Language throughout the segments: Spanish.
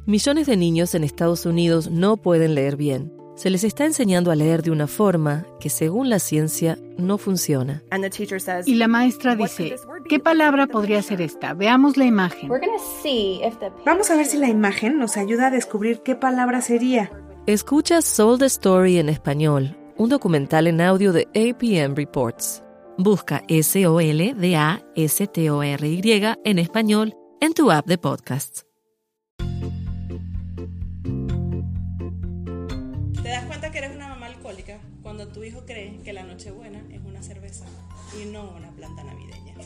Millones de niños en Estados Unidos no pueden leer bien. Se les está enseñando a leer de una forma que, según la ciencia, no funciona. Y la maestra dice, ¿qué palabra podría ser esta? Veamos la imagen. Vamos a ver si la imagen nos ayuda a descubrir qué palabra sería. Escucha Sold the Story en español, un documental en audio de APM Reports. Busca SOLDASTORY en español en tu app de podcasts. ¿Te das cuenta que eres una mamá alcohólica cuando tu hijo cree que la Nochebuena es una cerveza y no una planta navideña?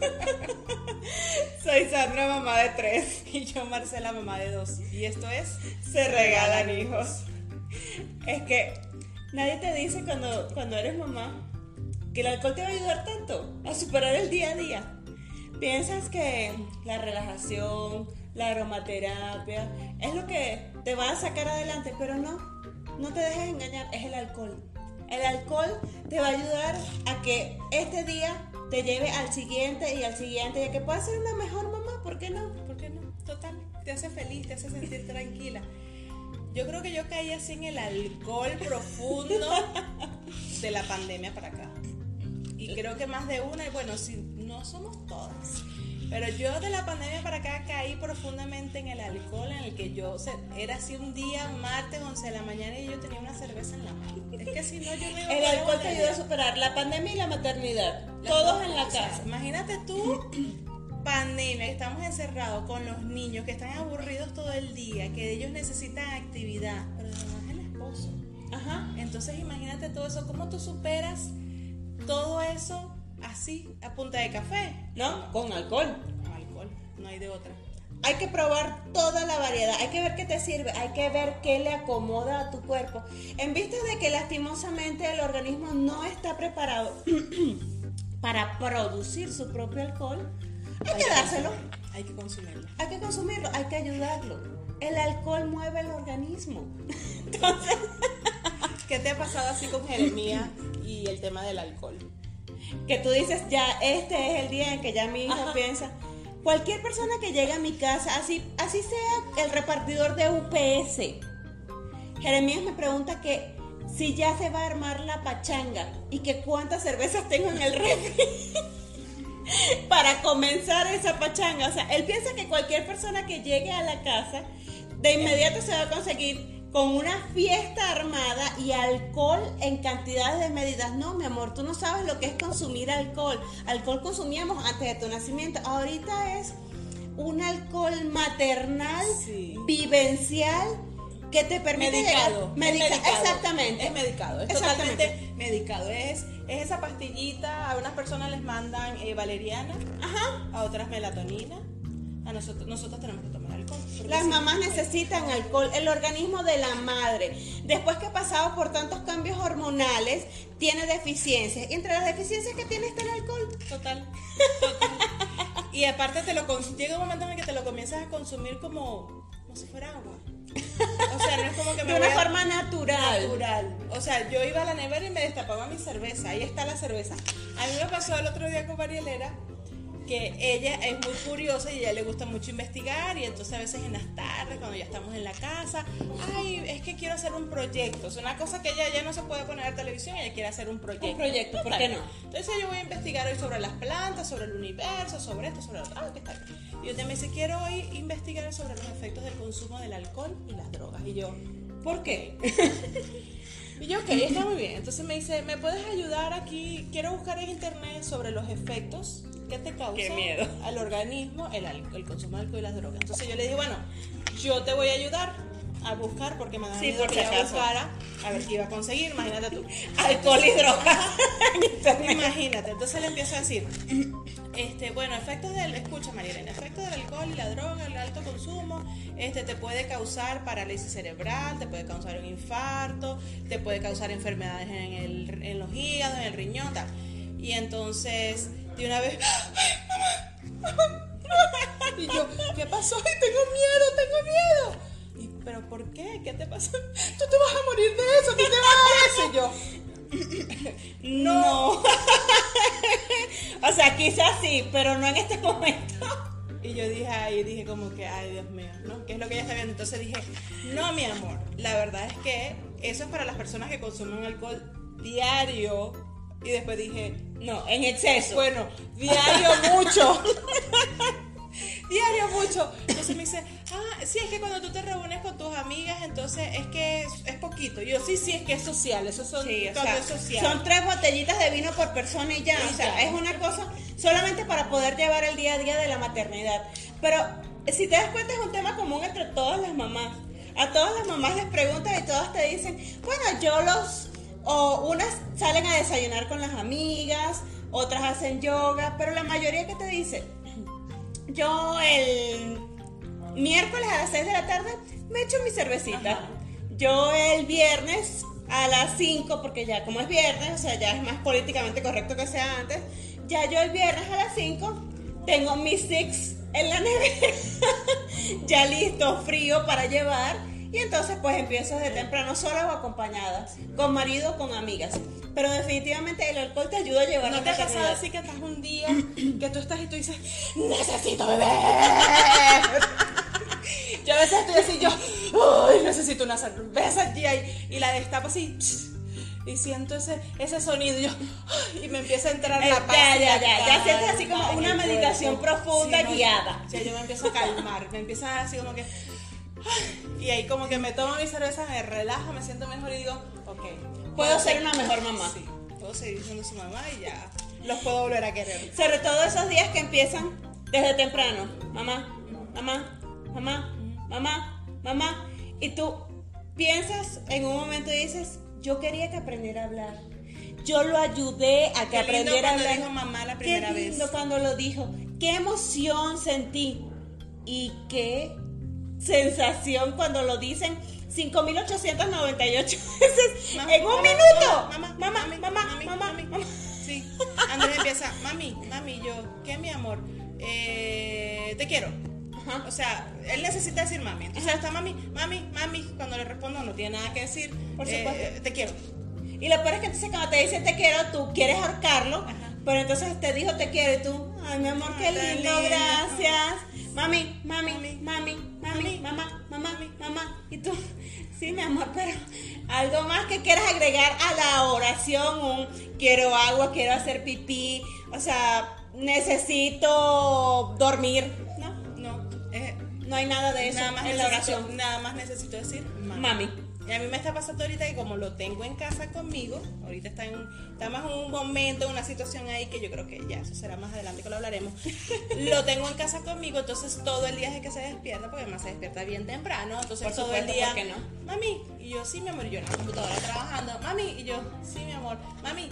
Soy Sandra, mamá de 3, y yo, Marcela, mamá de 2. Y esto es Se Regalan Hijos. Es que nadie te dice cuando eres mamá que el alcohol te va a ayudar tanto a superar el día a día. Piensas que la relajación, la aromaterapia es lo que te va a sacar adelante, pero no te dejes engañar, es el alcohol. El alcohol te va a ayudar a que este día te lleve al siguiente y al siguiente, y a que puedas ser una mejor mamá. ¿Por qué no? Total, te hace feliz, te hace sentir tranquila. Yo creo que yo caí así en el alcohol profundo de la pandemia para acá. Y creo que más de una, y bueno, si no somos todas, pero yo de la pandemia para acá caí profundamente en el alcohol, en el que era así un día, martes, 11 de la mañana, y yo tenía una cerveza en la mano. Es que si no, yo me iba a El alcohol te ayuda a superar la pandemia y la maternidad. Todos en la casa. Imagínate tú, pandemia, que estamos encerrados con los niños que están aburridos todo el día, que ellos necesitan actividad, pero además el esposo. Ajá. Entonces imagínate todo eso, ¿cómo tú superas todo eso así, a punta de café? No, con alcohol. Con alcohol, no hay de otra. Hay que probar toda la variedad, hay que ver qué te sirve, hay que ver qué le acomoda a tu cuerpo. En vista de que lastimosamente el organismo no está preparado para producir su propio alcohol, hay que dárselo. Hay que consumirlo. Hay que consumirlo, hay que ayudarlo. El alcohol mueve el organismo. Entonces, ¿qué te ha pasado así con Jeremías y el tema del alcohol? Que tú dices, ya este es el día en que ya mi hijo piensa. Cualquier persona que llegue a mi casa, así sea el repartidor de UPS, Jeremías me pregunta que si ya se va a armar la pachanga y que cuántas cervezas tengo en el refri para comenzar esa pachanga. O sea, él piensa que cualquier persona que llegue a la casa de inmediato se va a conseguir con una fiesta armada y alcohol en cantidades desmedidas. No, mi amor, tú no sabes lo que es consumir alcohol. Alcohol consumíamos antes de tu nacimiento. Ahorita es un alcohol maternal, vivencial, que te permite medicado. Exactamente. Es medicado, es totalmente medicado. Es esa pastillita. A unas personas les mandan valeriana, a otras melatonina. A nosotros tenemos que tomar alcohol. Las mamás necesitan alcohol, el organismo de la madre, después que ha pasado por tantos cambios hormonales, tiene deficiencias, y entre las deficiencias que tiene está el alcohol. Total. Y aparte llega un momento en el que te lo comienzas a consumir como si fuera agua. O sea, no es como que de una forma natural. O sea, yo iba a la nevera y me destapaba mi cerveza. Ahí está la cerveza. A mí me pasó el otro día con Marielera que ella es muy curiosa y a ella le gusta mucho investigar, y entonces a veces en las tardes, cuando ya estamos en la casa, es que quiero hacer un proyecto. Es una cosa que ella ya no se puede poner a televisión, ella quiere hacer un proyecto. Un proyecto, ¿por qué no? Entonces yo voy a investigar hoy sobre las plantas, sobre el universo, sobre esto, sobre lo otro. ¿Qué tal? Y yo también dice, quiero hoy investigar sobre los efectos del consumo del alcohol y las drogas. Y yo, ¿por qué? Y yo, ok, está muy bien. Entonces me dice, ¿me puedes ayudar aquí? Quiero buscar en internet sobre los efectos que te causa al organismo el consumo de alcohol y las drogas. Entonces yo le dije, bueno, yo te voy a ayudar a buscar, porque me da miedo que ella buscara a ver qué iba a conseguir. Imagínate tú, alcohol y drogas. Imagínate. Entonces le empiezo a decir, bueno, escucha, Marielena, efectos del alcohol y la droga, el alto consumo, te puede causar parálisis cerebral, te puede causar un infarto, te puede causar enfermedades en los hígados, en el riñón, tal. Y entonces, de una vez, y yo, ¿qué pasó? Ay, tengo miedo. Y, ¿pero por qué? ¿Qué te pasó? Tú te vas a morir de eso, tú te vas a eso. Y yo, no. O sea, quizás sí, pero no en este momento. Y yo dije como que, ay, Dios mío, ¿no? ¿Qué es lo que ella está viendo? Entonces dije, no, mi amor, la verdad es que eso es para las personas que consumen alcohol diario. Y después dije, no, en exceso. Bueno, diario mucho. Diario mucho. Entonces me dice, sí, es que cuando tú te reúnes con tus amigas, entonces es que es poquito. Y yo, sí, es que es social, eso son, sí, todo es social. Son 3 botellitas de vino por persona y ya, o sea, es una cosa solamente para poder llevar el día a día de la maternidad. Pero si te das cuenta es un tema común entre todas las mamás. A todas las mamás les preguntan y todas te dicen, bueno, o unas salen a desayunar con las amigas, otras hacen yoga, pero la mayoría que te dice, yo el miércoles a las 6 de la tarde me echo mi cervecita. Ajá. Yo el viernes a las 5, porque ya como es viernes, o sea, ya es más políticamente correcto que sea antes, ya yo el viernes a las 5 tengo mi six en la nevera, ya listo, frío para llevar. Y entonces pues empiezo desde temprano sola o acompañada, con marido o con amigas. Pero definitivamente el alcohol te ayuda a llevar la maternidad. ¿No te ha pasado así que estás un día que tú estás y tú dices, necesito beber? Yo a veces estoy así, uy, necesito una cerveza y la destapo así y siento ese sonido y me empieza a entrar la paz. Ya sientes así como una meditación profunda, sí, guiada. O sea, yo me empiezo a calmar, me empieza así como que... Y ahí como que me tomo mi cerveza, me relajo, me siento mejor y digo, ok, puedo ser una mejor mamá. Sí, puedo seguir siendo su mamá y ya los puedo volver a querer. Sobre todo esos días que empiezan desde temprano, mamá, y tú piensas en un momento y dices, yo quería que aprendiera a hablar. Yo lo ayudé a que aprendiera a hablar. Qué lindo cuando dijo mamá la primera vez. Qué lindo cuando lo dijo. Qué emoción sentí. Y qué sensación cuando lo dicen 5,898 veces en un minuto. Mamá. Sí. Andrés empieza, mami, yo, ¿qué, mi amor? Te quiero. Ajá. O sea, él necesita decir mami. Entonces está mami. Cuando le respondo no tiene nada que decir. Por supuesto. Te quiero. Y lo peor es que entonces cuando te dicen te quiero, tú quieres ahorcarlo. Ajá. Pero entonces te dijo te quiero y tú, ay, mi amor, qué lindo, gracias. Mami, mamá. Y tú, sí, mi amor, pero algo más que quieras agregar a la oración, un quiero agua, quiero hacer pipí, o sea, necesito dormir. No hay nada de eso en la oración. Nada más necesito decir mami. Y a mí me está pasando ahorita que como lo tengo en casa conmigo, ahorita está más en un momento, una situación ahí que yo creo que ya, eso será más adelante que lo hablaremos. Lo tengo en casa conmigo, entonces todo el día es que se despierta, porque además se despierta bien temprano, entonces todo el día, ¿por qué no? Mami, y yo, sí, mi amor, y yo en la computadora trabajando, mami, y yo, sí, mi amor, mami,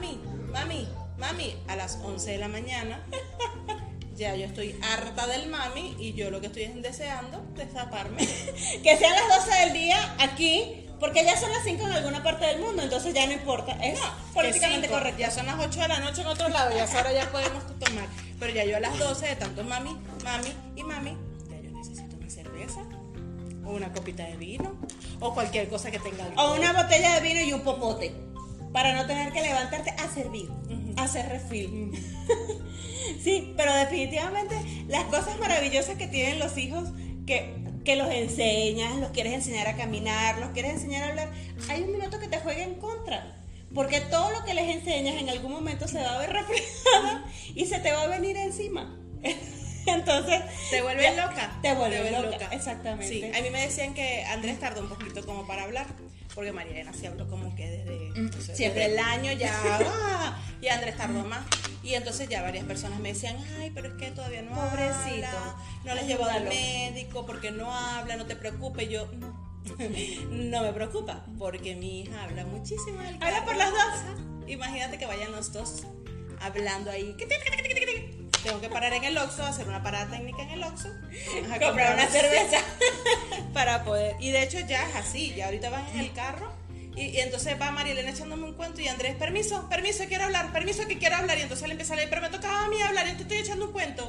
a las 11 de la mañana. Ya yo estoy harta del mami y yo lo que estoy es deseando destaparme. Que sean las 12 del día aquí, porque ya son las 5 en alguna parte del mundo, entonces ya no importa, es políticamente correcto. Ya son las 8 de la noche en otro lado, ya ahora ya podemos tomar. Pero ya yo a las 12 de tanto mami, ya yo necesito una cerveza, o una copita de vino, o cualquier cosa que tenga alcohol. O una botella de vino y un popote, para no tener que levantarte a servir, a hacer refil. Sí, pero definitivamente las cosas maravillosas que tienen los hijos, que los enseñas, los quieres enseñar a caminar, los quieres enseñar a hablar, hay un minuto que te juega en contra, porque todo lo que les enseñas en algún momento se va a ver reflejado y se te va a venir encima. Entonces te vuelves loca. Te vuelves loca, exactamente. Sí, a mí me decían que Andrés tardó un poquito como para hablar, porque María Elena sí habló como que desde siempre el año ya, y Andrés tardó más. Y entonces ya varias personas me decían, ay, pero es que todavía no pobrecito, habla, no les llevo al médico porque no habla, no te preocupes. Yo, no me preocupa, porque mi hija habla muchísimo. Habla por las dos. Imagínate que vayan los dos hablando ahí. Tengo que parar en el Oxxo, hacer una parada técnica en el Oxxo, comprar una cerveza para poder. Y de hecho ya es así, ya ahorita van en el carro. Y entonces va María Elena echándome un cuento y Andrés, permiso, quiero hablar, y entonces él empieza a leer, pero me tocaba a mí hablar, y te estoy echando un cuento.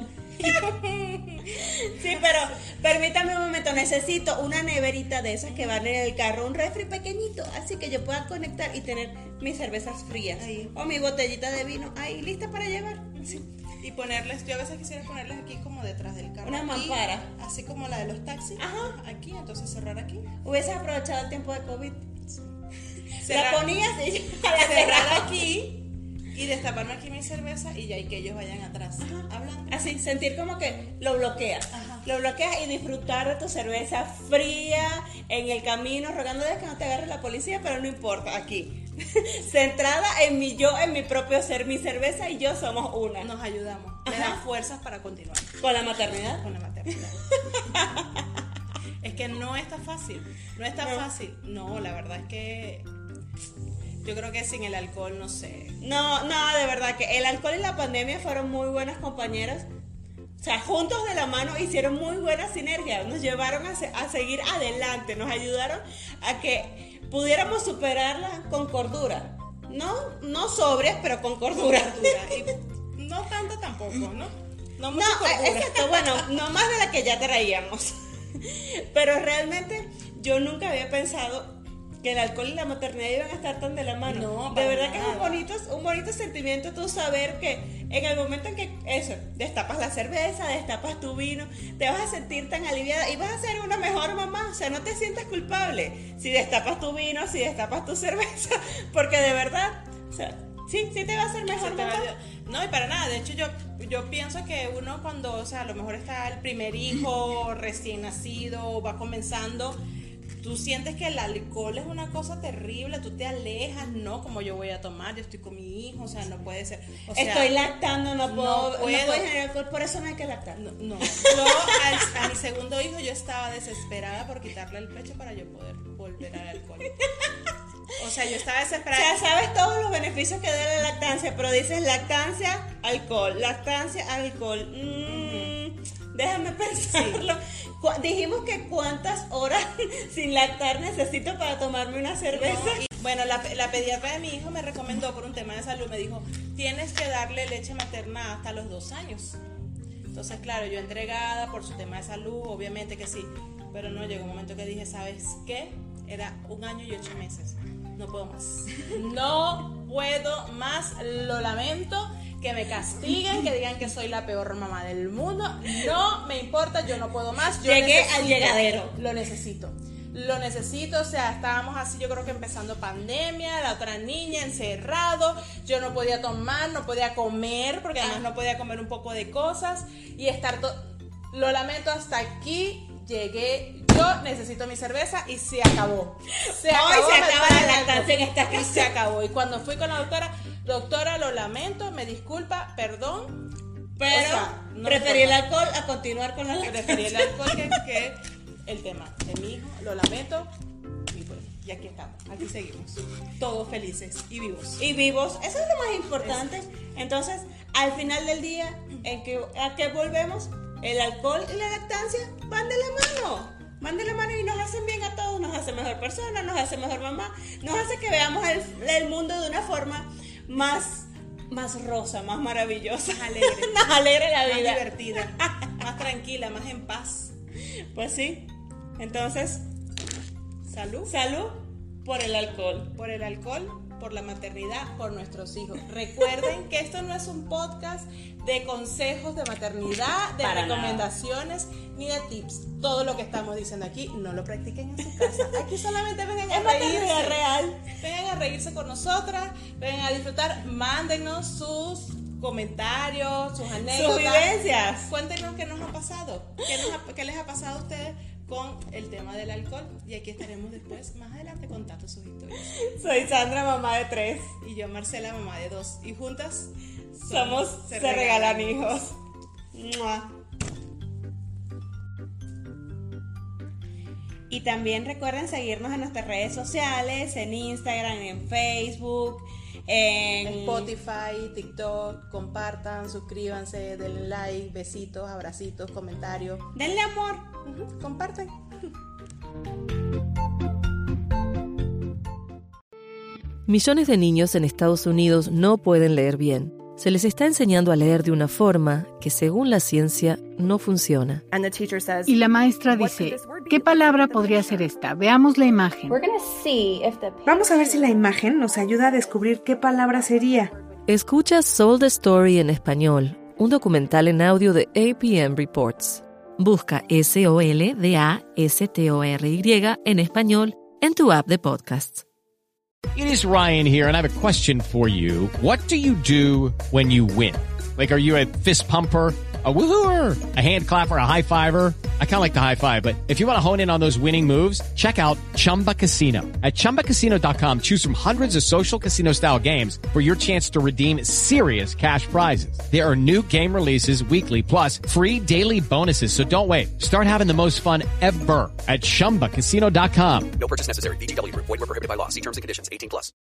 Sí, pero permítame un momento, necesito una neverita de esas que van en el carro, un refri pequeñito, así que yo pueda conectar y tener mis cervezas frías ahí, o mi botellita de vino ahí lista para llevar. Sí. Y ponerles, yo a veces quisiera ponerles aquí como detrás del carro. Una aquí, mampara. así como la de los taxis. Ajá. Aquí, entonces cerrar aquí. Hubieses aprovechado el tiempo de COVID. Cerrar, la ponías y cerrar aquí y destaparme aquí mi cerveza y ya y que ellos vayan atrás. Ajá. Hablando. Así, sentir como que lo bloqueas. Ajá. Lo bloqueas y disfrutar de tu cerveza fría en el camino, rogándoles que no te agarre la policía, pero no importa, aquí. Centrada en mi yo, en mi propio ser, mi cerveza y yo somos una. Nos ayudamos. Me Ajá. dan fuerzas para continuar. Con la maternidad. Con la maternidad. Es que no está fácil. No está fácil. No, la verdad es que yo creo que sin el alcohol, no sé. No, de verdad que el alcohol y la pandemia fueron muy buenas compañeras. O sea, juntos de la mano hicieron muy buena sinergia. Nos llevaron a seguir adelante. Nos ayudaron a que pudiéramos superarla con cordura. No sobrias, pero con cordura. Y no tanto tampoco, ¿no? No mucha No, cordura. exacto, bueno, no más de la que ya traíamos. Pero realmente yo nunca había pensado que el alcohol y la maternidad iban a estar tan de la mano. No, de para verdad nada. que es un bonito sentimiento tú saber que en el momento en que eso, destapas la cerveza, destapas tu vino, te vas a sentir tan aliviada y vas a ser una mejor mamá. O sea, no te sientas culpable si destapas tu vino, si destapas tu cerveza, porque de verdad, o sea, sí te va a hacer mejor mamá. No, y para nada. De hecho, yo pienso que uno cuando, o sea, a lo mejor está el primer hijo recién nacido, va comenzando, tú sientes que el alcohol es una cosa terrible, tú te alejas, no, como yo voy a tomar, yo estoy con mi hijo, o sea, no puede ser. O sea, Estoy lactando, no puedo puedo. generar alcohol, por eso no hay que lactar. No. Yo a mi segundo hijo yo estaba desesperada por quitarle el pecho para yo poder volver al alcohol. O sea, yo estaba O desesperada. sea, sabes todos los beneficios que da la lactancia, pero dices lactancia, alcohol, lactancia, alcohol. Déjame pensarlo. Dijimos que cuántas horas sin lactar necesito para tomarme una cerveza. No, y, bueno, la pediatra de mi hijo me recomendó por un tema de salud, me dijo, tienes que darle leche materna hasta los 2 años. Entonces, claro, yo entregada por su tema de salud, obviamente que sí, pero no, llegó un momento que dije, ¿sabes qué? Era 1 año y 8 meses. No puedo más. No puedo más, lo lamento. Que me castiguen, que digan que soy la peor mamá del mundo. No me importa, yo no puedo más. Llegué al llegadero. Lo necesito, o sea, estábamos así, yo creo que empezando pandemia, la otra niña encerrado, yo no podía tomar, no podía comer, porque además no podía comer un poco de cosas y estar lo lamento, hasta aquí llegué, yo necesito mi cerveza y se acabó. Se acaba la lactancia en esta crisis. Se acabó. Y cuando fui con la doctora, lo lamento, me disculpa, perdón, pero o sea, no preferí el importa. alcohol a continuar con la lactancia. Preferí el alcohol que el tema de mi hijo, lo lamento. Y bueno, y aquí estamos, aquí seguimos, todos felices y vivos. Y vivos, eso es lo más importante. Entonces, al final del día, ¿a qué volvemos? El alcohol y la lactancia van de la mano y nos hacen bien a todos, nos hace mejor persona, nos hace mejor mamá, nos hace que veamos el mundo de una forma más rosa, más maravillosa, nos alegra la vida, más divertida, más tranquila, más en paz. Pues sí, entonces, salud por el alcohol, por la maternidad, por nuestros hijos. Recuerden que esto no es un podcast de consejos de maternidad, de para recomendaciones, ni de tips. Todo lo que estamos diciendo aquí, no lo practiquen en su casa. Aquí solamente vengan a es maternidad reírse. real. Vengan a reírse con nosotras, vengan a disfrutar, mándenos sus comentarios, sus anécdotas, sus vivencias. Cuéntenos qué nos ha pasado, qué les ha pasado a ustedes con el tema del alcohol, y aquí estaremos después, más adelante, contando sus historias. Soy Sandra, mamá de 3. Y yo, Marcela, mamá de 2, y juntas Somos Se Regalan Hijos. ¡Mua! Y también recuerden seguirnos en nuestras redes sociales, en Instagram, en Facebook, en Spotify, TikTok. Compartan, suscríbanse, denle like, besitos, abracitos, comentarios. Denle amor. Comparten. Millones de niños en Estados Unidos no pueden leer bien. Se les está enseñando a leer de una forma que, según la ciencia, no funciona. Y la maestra dice, ¿qué palabra podría ser esta? Veamos la imagen. Vamos a ver si la imagen nos ayuda a descubrir qué palabra sería. Escucha Sold the Story en español, un documental en audio de APM Reports. Busca SOLDASTORY en español en tu app de podcasts. It is Ryan here, and I have a question for you. What do you do when you win? Like, are you a fist pumper, a woohooer, a hand clapper, a high fiver? I kind of like the high five, but if you want to hone in on those winning moves, check out Chumba Casino. At ChumbaCasino.com, choose from hundreds of social casino style games for your chance to redeem serious cash prizes. There are new game releases weekly, plus free daily bonuses. So don't wait. Start having the most fun ever at ChumbaCasino.com. No purchase necessary. VGW Group. Void where prohibited by law. See terms and conditions. 18+.